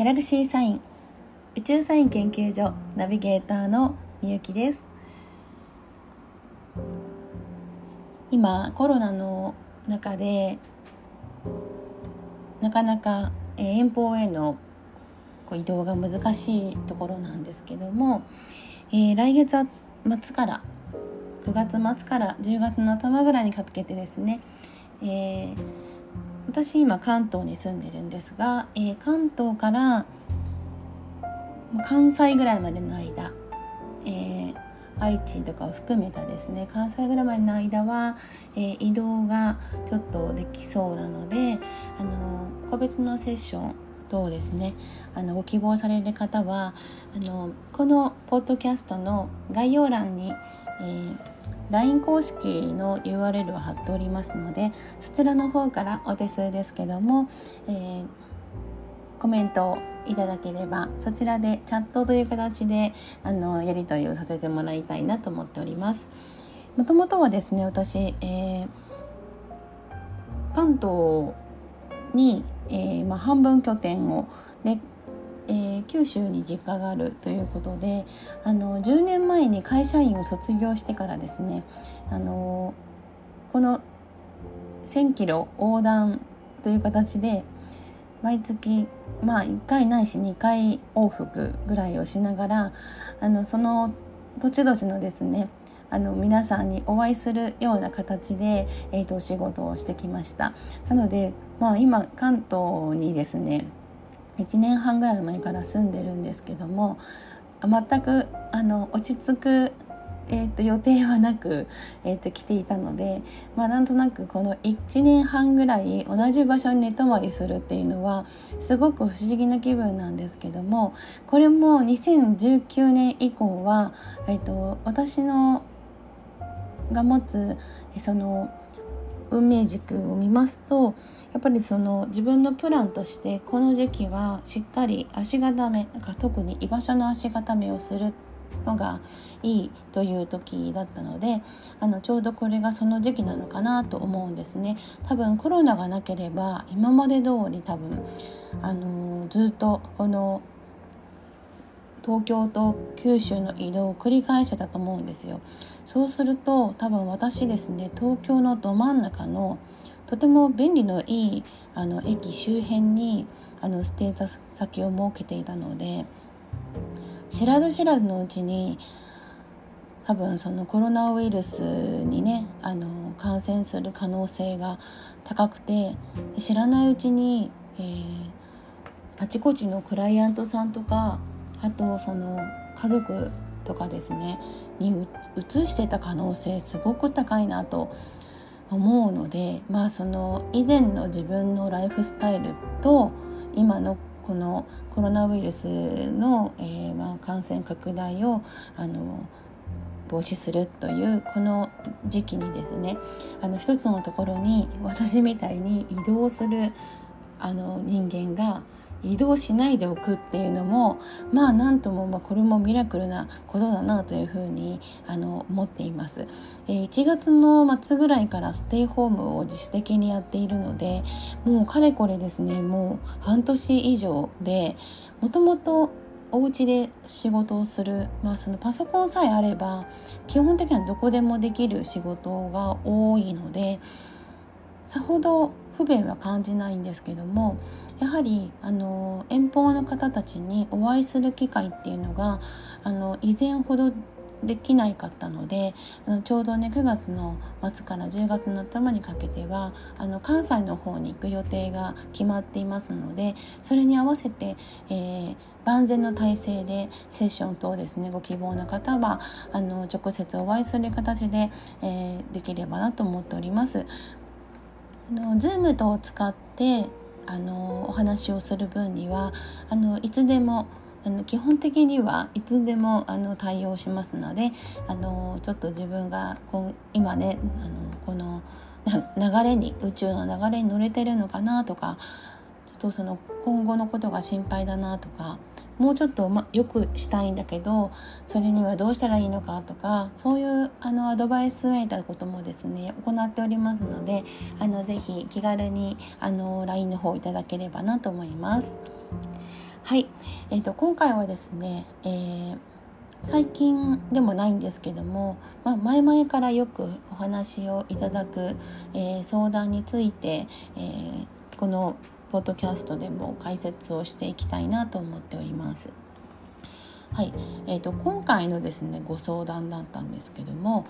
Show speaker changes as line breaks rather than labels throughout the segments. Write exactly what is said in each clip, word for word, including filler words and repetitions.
ギャラクシーサイン宇宙サイン研究所ナビゲーターのみゆきです。今コロナの中でなかなか遠方への移動が難しいところなんですけども、えー、来月末からくがつ末からじゅうがつの頭ぐらいにかけてですね、えー、私今関東に住んでるんですが、えー、関東から関西ぐらいまでの間、えー、愛知とかを含めたですね関西ぐらいまでの間は、えー、移動がちょっとできそうなので、あの個別のセッション等ですね、あのご希望される方はあのこのポッドキャストの概要欄に、えー、ライン 公式の ユーアールエル を貼っておりますので、そちらの方からお手数ですけども、えー、コメントをいただければそちらでチャットという形であのやり取りをさせてもらいたいなと思っております。もともとはですね、私、えー、関東に、えーまあ、半分拠点を、ねえー、九州に実家があるということで、あのじゅうねんまえに会社員を卒業してからですね、あのこのせんキロ横断という形で毎月まあいっかいないしにかい往復ぐらいをしながら、あのその土地土地のですねあの皆さんにお会いするような形で、えーと、お仕事をしてきました。なので、まあ、今関東にですねいちねんはんぐらい前から住んでるんですけども、全くあの落ち着くえー、と予定はなく、えー、と来ていたので、まあ、なんとなくこのいちねんはんぐらい同じ場所に寝泊まりするっていうのはすごく不思議な気分なんですけども、これもにせんじゅうきゅうねん以降は、えー、と私のが持つその運命軸を見ますと、やっぱりその自分のプランとしてこの時期はしっかり足固め、なんか特に居場所の足固めをするのがいいという時だったので、あのちょうどこれがその時期なのかなと思うんですね。多分コロナがなければ今まで通り多分あのずっとこの東京と九州の移動を繰り返してたと思うんですよ。そうすると多分私ですね、東京のど真ん中のとても便利のいいあの駅周辺にあのステータス先を設けていたので、知らず知らずのうちに多分そのコロナウイルスにねあの感染する可能性が高くて、知らないうちに、えー、あちこちのクライアントさんとか、あとその家族とかですねに移してた可能性すごく高いなと思うので、まあその以前の自分のライフスタイルと今のこのコロナウイルスの、えーまあ、感染拡大をあの防止するというこの時期にですね、あの一つのところに私みたいに移動するあの人間が移動しないでおくっていうのも、まあなんとも、まあ、これもミラクルなことだなというふうにあの思っています。えー、いちがつの末ぐらいからステイホームを自主的にやっているので、もうかれこれですねもう半年以上で、もともとお家で仕事をする、まあ、そのパソコンさえあれば基本的にはどこでもできる仕事が多いので、さほど不便は感じないんですけども、やはりあの遠方の方たちにお会いする機会っていうのがあの以前ほどできないかったので、あのちょうどねくがつの末からじゅうがつの頭にかけてはあの関西の方に行く予定が決まっていますので、それに合わせて、えー、万全の体制でセッション等ですね、ご希望の方はあの直接お会いする形で、えー、できればなと思っております。あの Zoom 等を使ってあのお話をする分にはあのいつでもあの基本的にはいつでもあの対応しますので、あのちょっと自分がこ今ねあのこの流れに宇宙の流れに乗れてるのかなとか、ちょっとその今後のことが心配だなとか、もうちょっと、ま、よくしたいんだけどそれにはどうしたらいいのかとか、そういうあのアドバイスめいたこともですね行っておりますので、あのぜひ気軽にあの ライン の方いただければなと思います。 はい、えーと、今回はですね、えー、最近でもないんですけども、まあ、前々からよくお話をいただく、えー、相談について、えー、このポッドキャストでも解説をしていきたいなと思っております。はい、えーと、今回のですねご相談だったんですけども、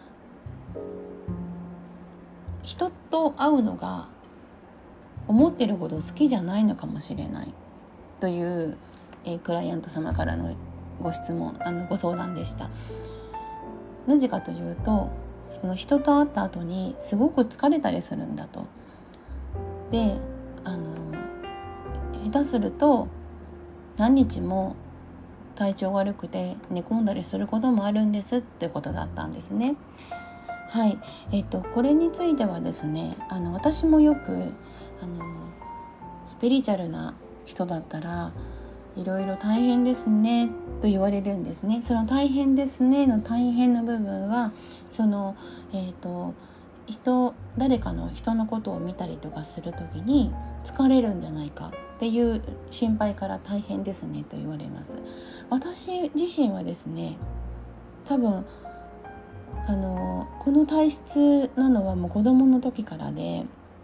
人と会うのが思ってるほど好きじゃないのかもしれないという、えー、クライアント様からのご質問あのご相談でした。なぜかというと、その人と会った後にすごく疲れたりするんだと。で、あの下手すると何日も体調悪くて寝込んだりすることもあるんですってことだったんですね。はい、えっとこれについてはですね、あの私もよくあのスピリチュアルな人だったらいろいろ大変ですねと言われるんですね。その大変ですねの大変な部分は、そのえっと人誰かの人のことを見たりとかするときに疲れるんじゃないかっていう心配から大変ですねと言われます。私自身はですね、多分あのこの体質なのはもう子供の時からで、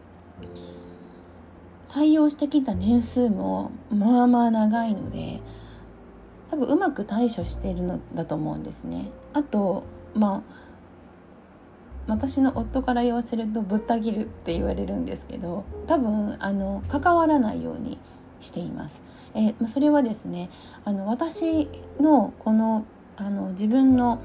対応してきた年数もまあまあ長いので、多分うまく対処しているのだと思うんですね。あとまあ私の夫から言わせるとぶった切るって言われるんですけど、多分あの関わらないようにしています。えー、それはですね、あの私のこのあの自分の、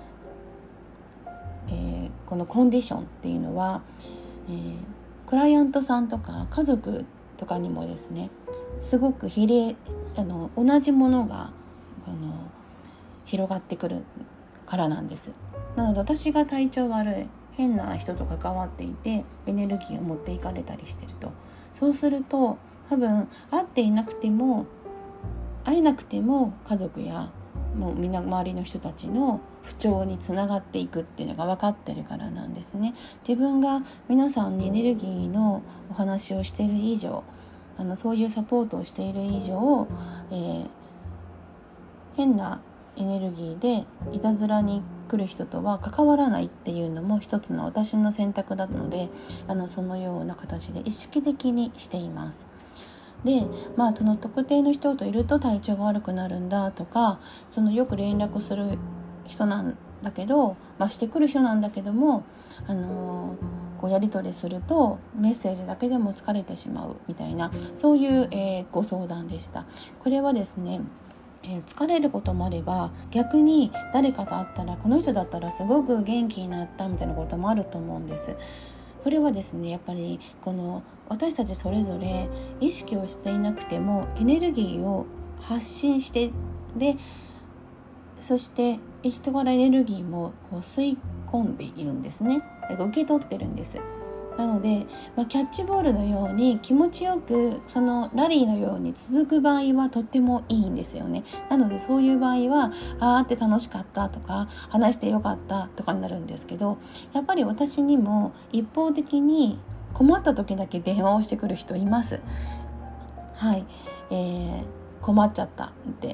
えー、このコンディションっていうのは、えー、クライアントさんとか家族とかにもですね、すごく比例あの同じものがあの広がってくるからなんです。なので私が体調悪い変な人と関わっていてエネルギーを持っていかれたりしてると、そうすると多分会っていなくても会えなくても家族やもうみんな周りの人たちの不調につながっていくっていうのが分かってるからなんですね。自分が皆さんにエネルギーのお話をしている以上、あのそういうサポートをしている以上、えー、変なエネルギーでいたずらに来る人とは関わらないっていうのも一つの私の選択なので、あのそのような形で意識的にしています。で、まあその特定の人といると体調が悪くなるんだとか、そのよく連絡する人なんだけど、まあ、してくる人なんだけども、あのー、こうやり取りするとメッセージだけでも疲れてしまうみたいな、そういう、えー、ご相談でした。これはですね、えー、疲れることもあれば、逆に誰かと会ったらこの人だったらすごく元気になったみたいなこともあると思うんです。これはですね、やっぱりこの私たちそれぞれ意識をしていなくてもエネルギーを発信して、でそして人からエネルギーもこう吸い込んでいるんですね。受け取ってるんです。なので、まあ、キャッチボールのように気持ちよくそのラリーのように続く場合はとってもいいんですよね。なのでそういう場合はあーって楽しかったとか話してよかったとかになるんですけど、やっぱり私にも一方的に困った時だけ電話をしてくる人います。はい、えー、困っちゃったって、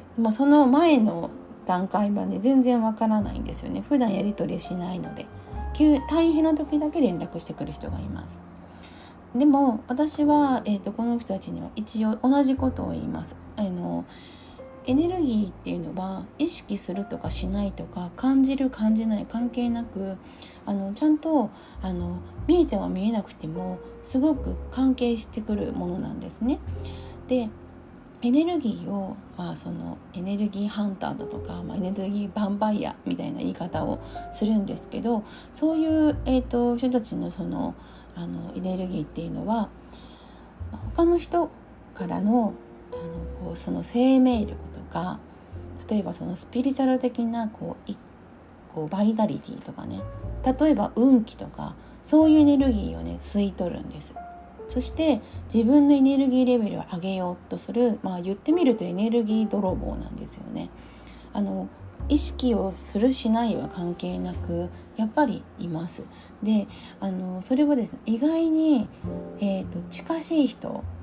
もうその前の段階はね全然わからないんですよね。普段やり取りしないので、急大変な時だけ連絡してくる人がいます。でも私は、えーと、この人たちには一応同じことを言います。あのエネルギーっていうのは意識するとかしないとか感じる感じない関係なく、あのちゃんとあの見えては見えなくてもすごく関係してくるものなんですね。でエネルギーを、まあ、そのエネルギーハンターだとか、まあ、エネルギーヴァンパイアみたいな言い方をするんですけど、そういう、えーと、人たちのその、あのエネルギーっていうのは他の人からの、あのこうその生命力とか、例えばそのスピリチュアル的なこういこうバイタリティとかね、例えば運気とか、そういうエネルギーをね吸い取るんです。そして自分のエネルギーレベルを上げようとする、まあ言ってみるとエネルギー泥棒なんですよね。あの意識をするしないは関係なくやっぱりいます。で、あのそれはですね、意外に、えーと、近しい人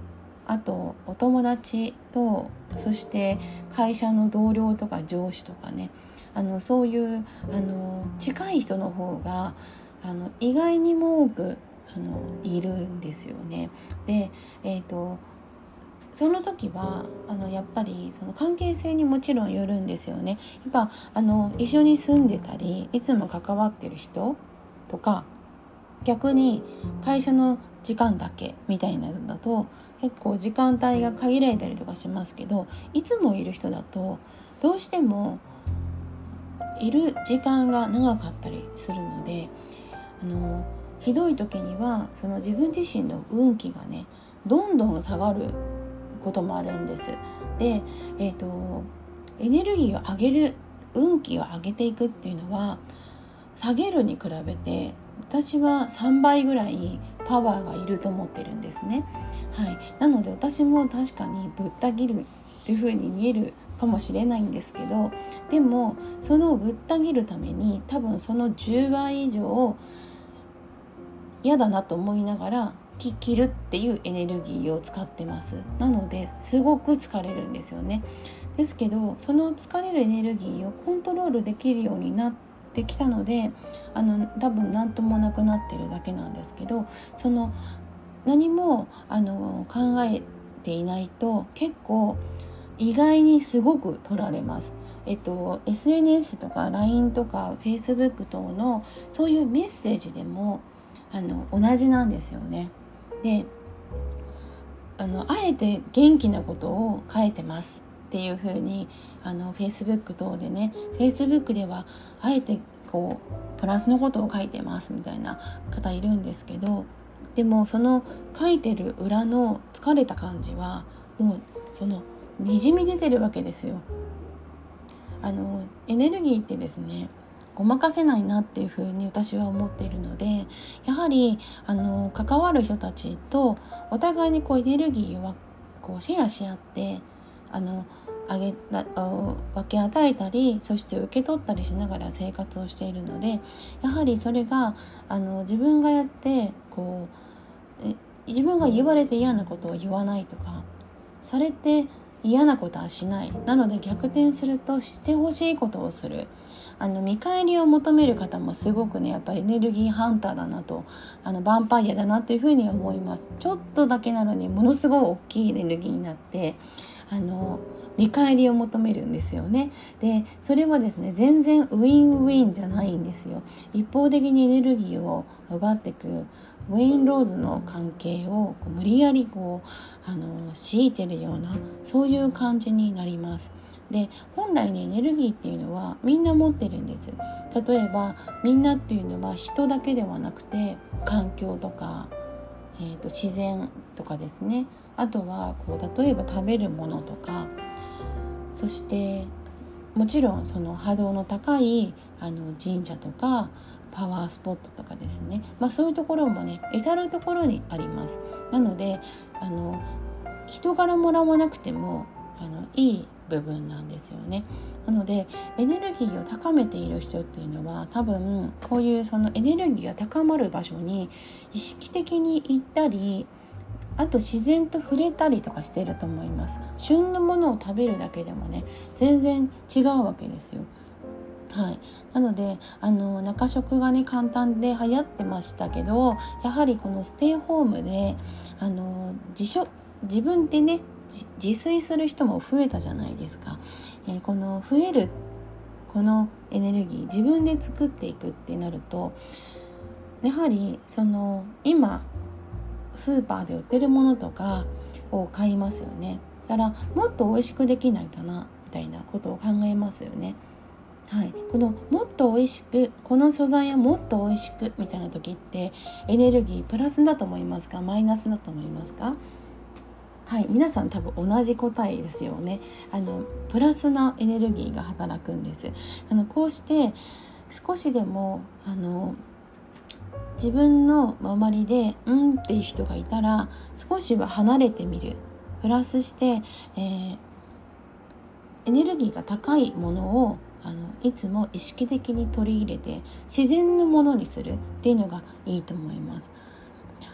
あとお友達と、そして会社の同僚とか上司とかね、あのそういうあの近い人の方があの意外にも多くあのいるんですよね。で、えーとその時はあのやっぱりその関係性にもちろんよるんですよね。やっぱあの一緒に住んでたりいつも関わってる人とか、逆に会社の時間だけみたいなのだと結構時間帯が限られたりとかしますけど、いつもいる人だとどうしてもいる時間が長かったりするので、あのひどい時にはその自分自身の運気がねどんどん下がることもあるんです。で、えーと、エネルギーを上げる、運気を上げていくっていうのは下げるに比べて私はさんばいぐらいパワーがいると思ってるんですね。はい、なので私も確かにぶった切るっていう風に見えるかもしれないんですけど、でもそのぶった切るために多分そのじゅうばい以上嫌だなと思いながら切るっていうエネルギーを使ってます。なのですごく疲れるんですよね。ですけどその疲れるエネルギーをコントロールできるようになってきたので、あの多分何ともなくなってるだけなんですけど、その何もあの考えていないと結構意外にすごく取られます。えっと、エスエヌエス とか ライン とか フェイスブック 等のそういうメッセージでもあの同じなんですよね。で、あのあえて元気なことを書いてますっていう風にあの Facebook 等でね、 Facebook ではあえてこうプラスのことを書いてますみたいな方いるんですけど、でもその書いてる裏の疲れた感じはもうそのにじみ出てるわけですよ。あのエネルギーってですね、ごまかせないなっていうふうに私は思っているので、やはりあの関わる人たちとお互いにこうエネルギーをこうシェアし合ってあのあげた分け与えたり、そして受け取ったりしながら生活をしているので、やはりそれがあの自分がやってこう自分が言われて嫌なことを言わないとか、されて嫌なことはしない、なので逆転するとしてほしいことをする、あの見返りを求める方もすごくね、やっぱりエネルギーハンターだなと、あのヴァンパイアだなというふうに思います。ちょっとだけなのにものすごい大きいエネルギーになってあの見返りを求めるんですよね。でそれはですね、全然ウィンウィンじゃないんですよ。一方的にエネルギーを奪っていくウェイン・ローズの関係をこう無理やりこうあの強いてるような、そういう感じになります。で本来のエネルギーっていうのはみんな持ってるんです。例えばみんなっていうのは人だけではなくて環境とか、えーと、自然とかですね、あとはこう例えば食べるものとか、そしてもちろんその波動の高いあの神社とかパワースポットとかですね、まあ、そういうところもね至るところにあります。なのであの人からもらわなくてもあのいい部分なんですよね。なのでエネルギーを高めている人っていうのは多分こういうそのエネルギーが高まる場所に意識的に行ったり、あと自然と触れたりとかしていると思います。旬のものを食べるだけでもね全然違うわけですよ。はい、なのであの中食がね簡単で流行ってましたけど、やはりこのステイホームであの自食自分でね自炊する人も増えたじゃないですか。えー、この増えるこのエネルギー自分で作っていくってなると、やはりその今スーパーで売ってるものとかを買いますよね。だからもっと美味しくできないかなみたいなことを考えますよね。はい、このもっと美味しく、この素材はもっと美味しくみたいな時ってエネルギープラスだと思いますか、マイナスだと思いますか？はい、皆さん多分同じ答えですよね。あのプラスなエネルギーが働くんです。あのこうして少しでもあの自分の周りでうんっていう人がいたら少しは離れてみる、プラスして、えー、エネルギーが高いものをあのいつも意識的に取り入れて自然のものにするっていうのがいいと思います。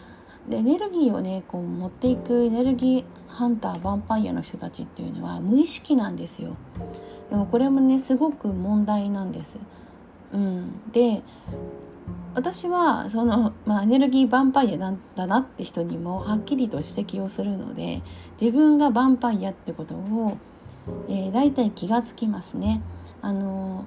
でエネルギーをねこう持っていくエネルギーハンターヴァンパイアの人たちっていうのは無意識なんですよ。でもこれもねすごく問題なんです。うん、で私はその、まあ、エネルギーヴァンパイアなんだなって人にもはっきりと指摘をするので、自分がヴァンパイアってことを、えー、大体気がつきますね。あの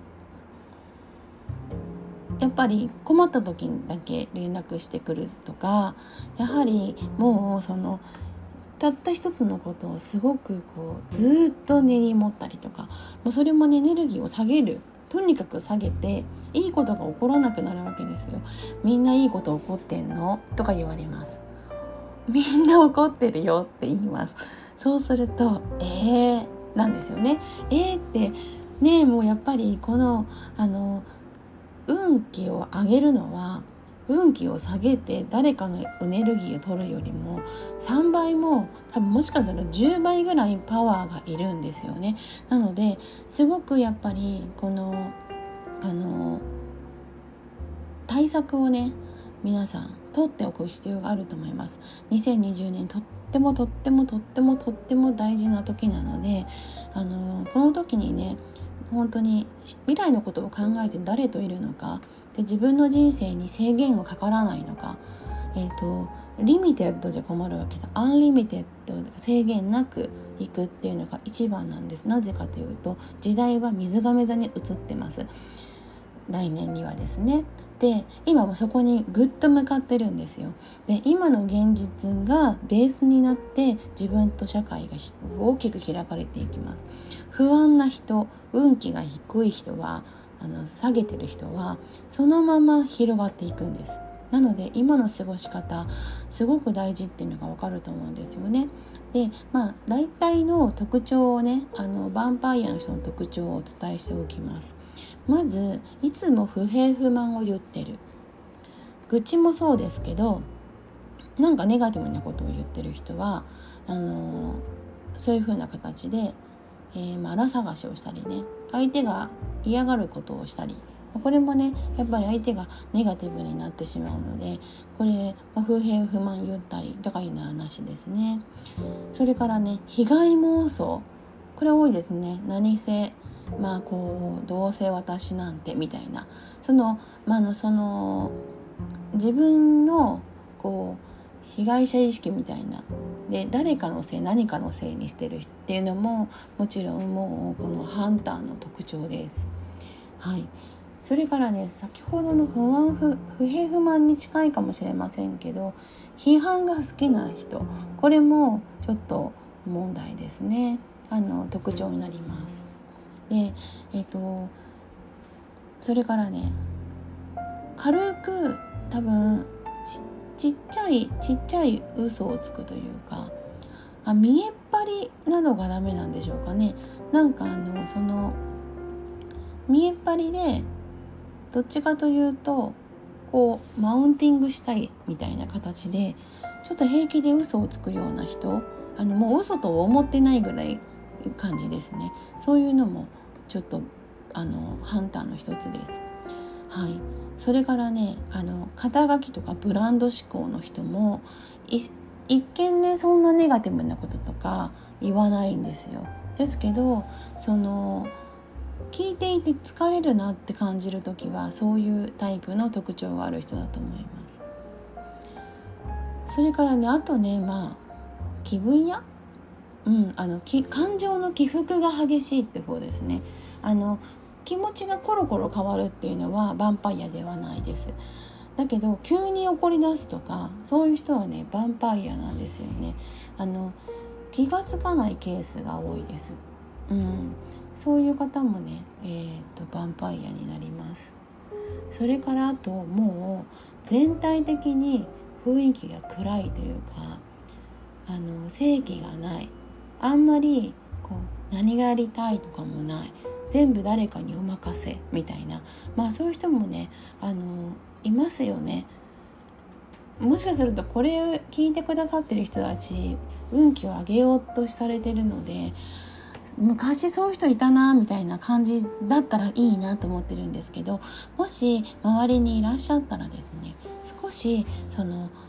やっぱり困った時にだけ連絡してくるとか、やはりもうそのたった一つのことをすごくこうずっと根に持ったりとか、もうそれも、ね、エネルギーを下げる、とにかく下げていいことが起こらなくなるわけですよ。みんないいこと起こってんのとか言われます。みんな怒ってるよって言います。そうするとえーなんですよね。えーってね、もうやっぱりこのあの運気を上げるのは運気を下げて誰かのエネルギーを取るよりもさんばいも多分もしかしたらじゅうばいぐらいパワーがいるんですよね。なのですごくやっぱりこのあの対策をね皆さん取っておく必要があると思います。にせんにじゅうねんとってもとってもとってもとっても大事な時なので、あのこの時にね本当に未来のことを考えて誰といるのかで、自分の人生に制限がかからないのか、えーと、リミテッドじゃ困るわけです。アンリミテッド、制限なくいくっていうのが一番なんです。なぜかというと時代は水亀座に移ってます。来年にはですね。で今もそこにぐっと向かってるんですよ。で今の現実がベースになって自分と社会が大きく開かれていきます。不安な人、運気が低い人はあの下げてる人はそのまま広がっていくんです。なので今の過ごし方すごく大事っていうのが分かると思うんですよね。でまあ大体の特徴をね、あのヴァンパイアの人の特徴をお伝えしておきます。まずいつも不平不満を言ってる、愚痴もそうですけどなんかネガティブなことを言ってる人はあのそういう風な形で、えーまあ、荒探しをしたりね、相手が嫌がることをしたり、これもねやっぱり相手がネガティブになってしまうので、これ、まあ、不平不満言ったりとかいうのはなしですね。それからね被害妄想、これ多いですね。何せまあこうどうせ私なんてみたいな、そのまあのその自分のこう被害者意識みたいなで誰かのせい何かのせいにしてるっていうのももちろんもうこのハンターの特徴です。はい。それからね先ほどの不安 不, 不平不満に近いかもしれませんけど、批判が好きな人、これもちょっと問題ですね。あの特徴になります。でえっとそれからね軽く多分 ち, ちっちゃいちっちゃい嘘をつくというか、あ見えっ張りなのがダメなんでしょうかね。なんかあのその見えっ張りでどっちかというとこうマウンティングしたいみたいな形でちょっと平気で嘘をつくような人、あのもう嘘と思ってないぐらい感じですね。そういうのもちょっとあのハンターの一つです。はい。それからねあの肩書きとかブランド志向の人も一見ねそんなネガティブなこととか言わないんですよ。ですけどその聞いていて疲れるなって感じるときはそういうタイプの特徴がある人だと思います。それからねあとねまあ気分屋、うん、あのき感情の起伏が激しいって方ですね。あの気持ちがコロコロ変わるっていうのはヴァンパイアではないです。だけど急に怒り出すとかそういう人はねヴァンパイアなんですよね。あの気がつかないケースが多いです。うん、そういう方もね、えーと、ヴァンパイアになります。それからあともう全体的に雰囲気が暗いというか、あの正義がない、あんまりこう何がやりたいとかもない、全部誰かにお任せみたいな、まあそういう人もねあのいますよね。もしかするとこれ聞いてくださってる人たち運気を上げようとされてるので、昔そういう人いたなみたいな感じだったらいいなと思ってるんですけど、もし周りにいらっしゃったらですね、少しその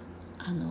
あの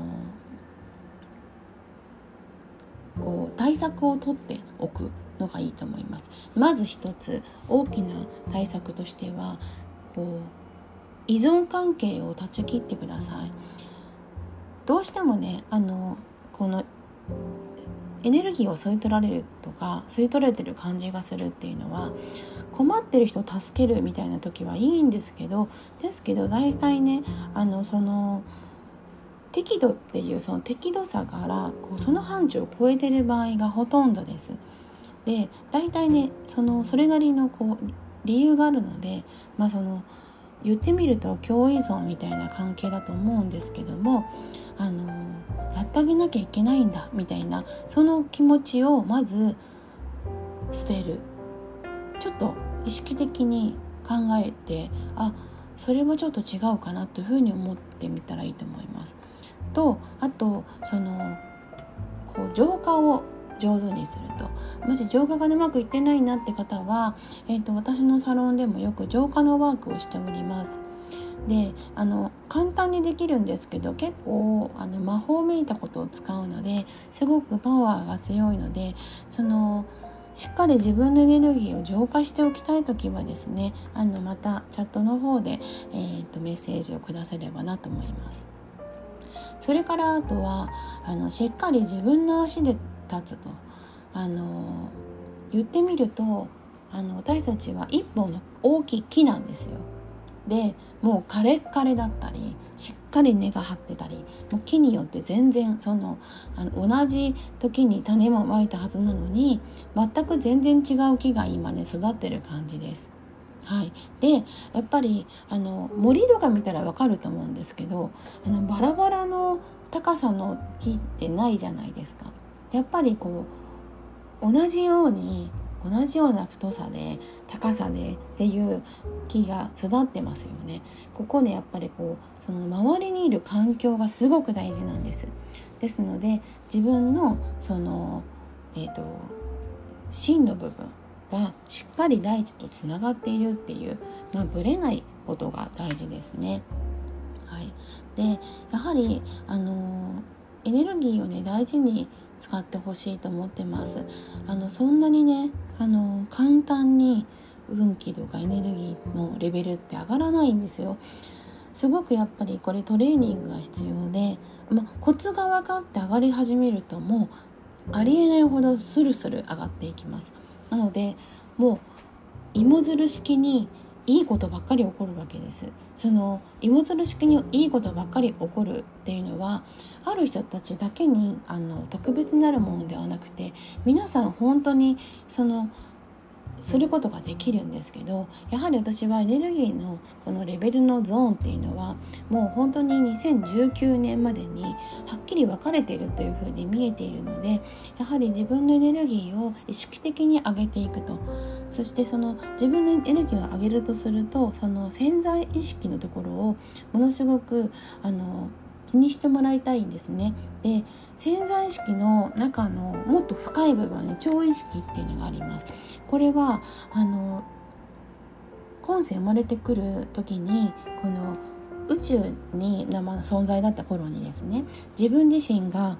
こう対策を取っておくのがいいと思います。まず一つ大きな対策としては、こう依存関係を断ち切ってください。どうしてもね、あのこのエネルギーを吸い取られるとか吸い取られてる感じがするっていうのは、困ってる人を助けるみたいな時はいいんですけどですけど大体ね、あのその適度っていうその適度さからこうその範疇を超えてる場合がほとんどです。で、大体ね、そのそれなりのこう理由があるので、まあその言ってみると共依存みたいな関係だと思うんですけども、あのやってあげなきゃいけないんだみたいなその気持ちをまず捨てる。ちょっと意識的に考えて、あ、それはちょっと違うかなというふうに思ってみたらいいと思います。と、あとそのこう浄化を上手にすると、もし浄化がうまくいってないなって方は、えーと、私のサロンでもよく浄化のワークをしております。で、あの簡単にできるんですけど、結構あの魔法めいたことを使うのですごくパワーが強いので、そのしっかり自分のエネルギーを浄化しておきたいときはですね、あのまたチャットの方で、えーと、メッセージをくださればなと思います。それからあとはあのしっかり自分の足で立つと、あの言ってみると、あの私たちは一本の大きい木なんですよ。で、もう枯れっ枯れだったりしっかり根が張ってたり、もう木によって全然その、あの同じ時に種もまいたはずなのに全く全然違う木が今ね育ってる感じです。はい、でやっぱりあの森とか見たらわかると思うんですけど、あのバラバラの高さの木ってないじゃないですか。やっぱりこう同じように同じような太さで高さでっていう木が育ってますよね。ここでやっぱりこうその周りにいる環境がすごく大事なんです。ですので自分のそのえっと芯の部分がしっかり大地とつながっているっていう、まあ、ぶれないことが大事ですね。はい、でやはりあのエネルギーをね大事に使ってほしいと思ってます。あのそんなにねあの簡単に運気とかエネルギーのレベルって上がらないんですよ。すごくやっぱりこれトレーニングが必要で、まあ、コツが分かって上がり始めるともうありえないほどスルスル上がっていきます。なのでもう芋づる式にいいことばっかり起こるわけです。その芋づる式にいいことばっかり起こるっていうのはある人たちだけにあの特別なるものではなくて、皆さん本当にそのすることができるんですけど、やはり私はエネルギーのこのレベルのゾーンっていうのはもう本当ににせんじゅうきゅうねんまでにはっきり分かれているというふうに見えているので、やはり自分のエネルギーを意識的に上げていくと、そしてその自分のエネルギーを上げるとすると、その潜在意識のところをものすごくあの気にしてもらいたいんですね。で、潜在意識の中のもっと深い部分に超意識っていうのがあります。これはあの今世生まれてくる時にこの宇宙に生存在だった頃にですね、自分自身が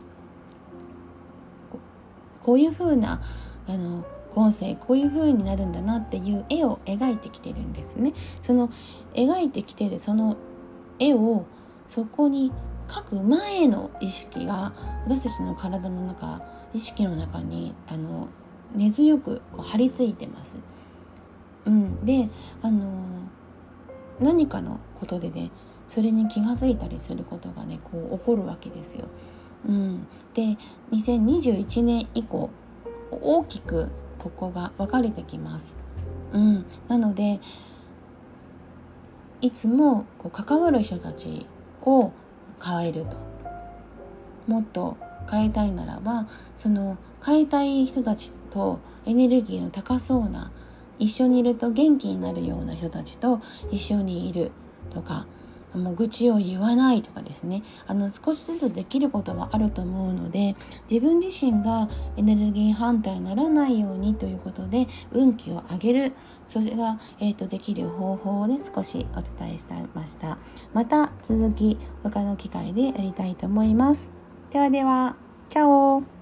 こういう風なあの今世こういう風になるんだなっていう絵を描いてきてるんですね。その描いてきてるその絵をそこに描く前の意識が私たちの体の中、意識の中にあの根強くこう張り付いてます。うん、で、あの何かのことでね、それに気がついたりすることがね、こう起こるわけですよ。うん、で、にせんにじゅういちねん以降大きくここが分かれてきます。うん、なのでいつもこう関わる人たちを変えると、もっと変えたいならば、その変えたい人たちとエネルギーの高そうな、一緒にいると元気になるような人たちと一緒にいるとか、 もう愚痴を言わないとかですね、あの少しずつできることはあると思うので、自分自身がエネルギー反対にならないようにということで運気を上げる、それが、えーと、できる方法をね少しお伝えしてました。また続き他の機会でやりたいと思います。ではでは、チャオ。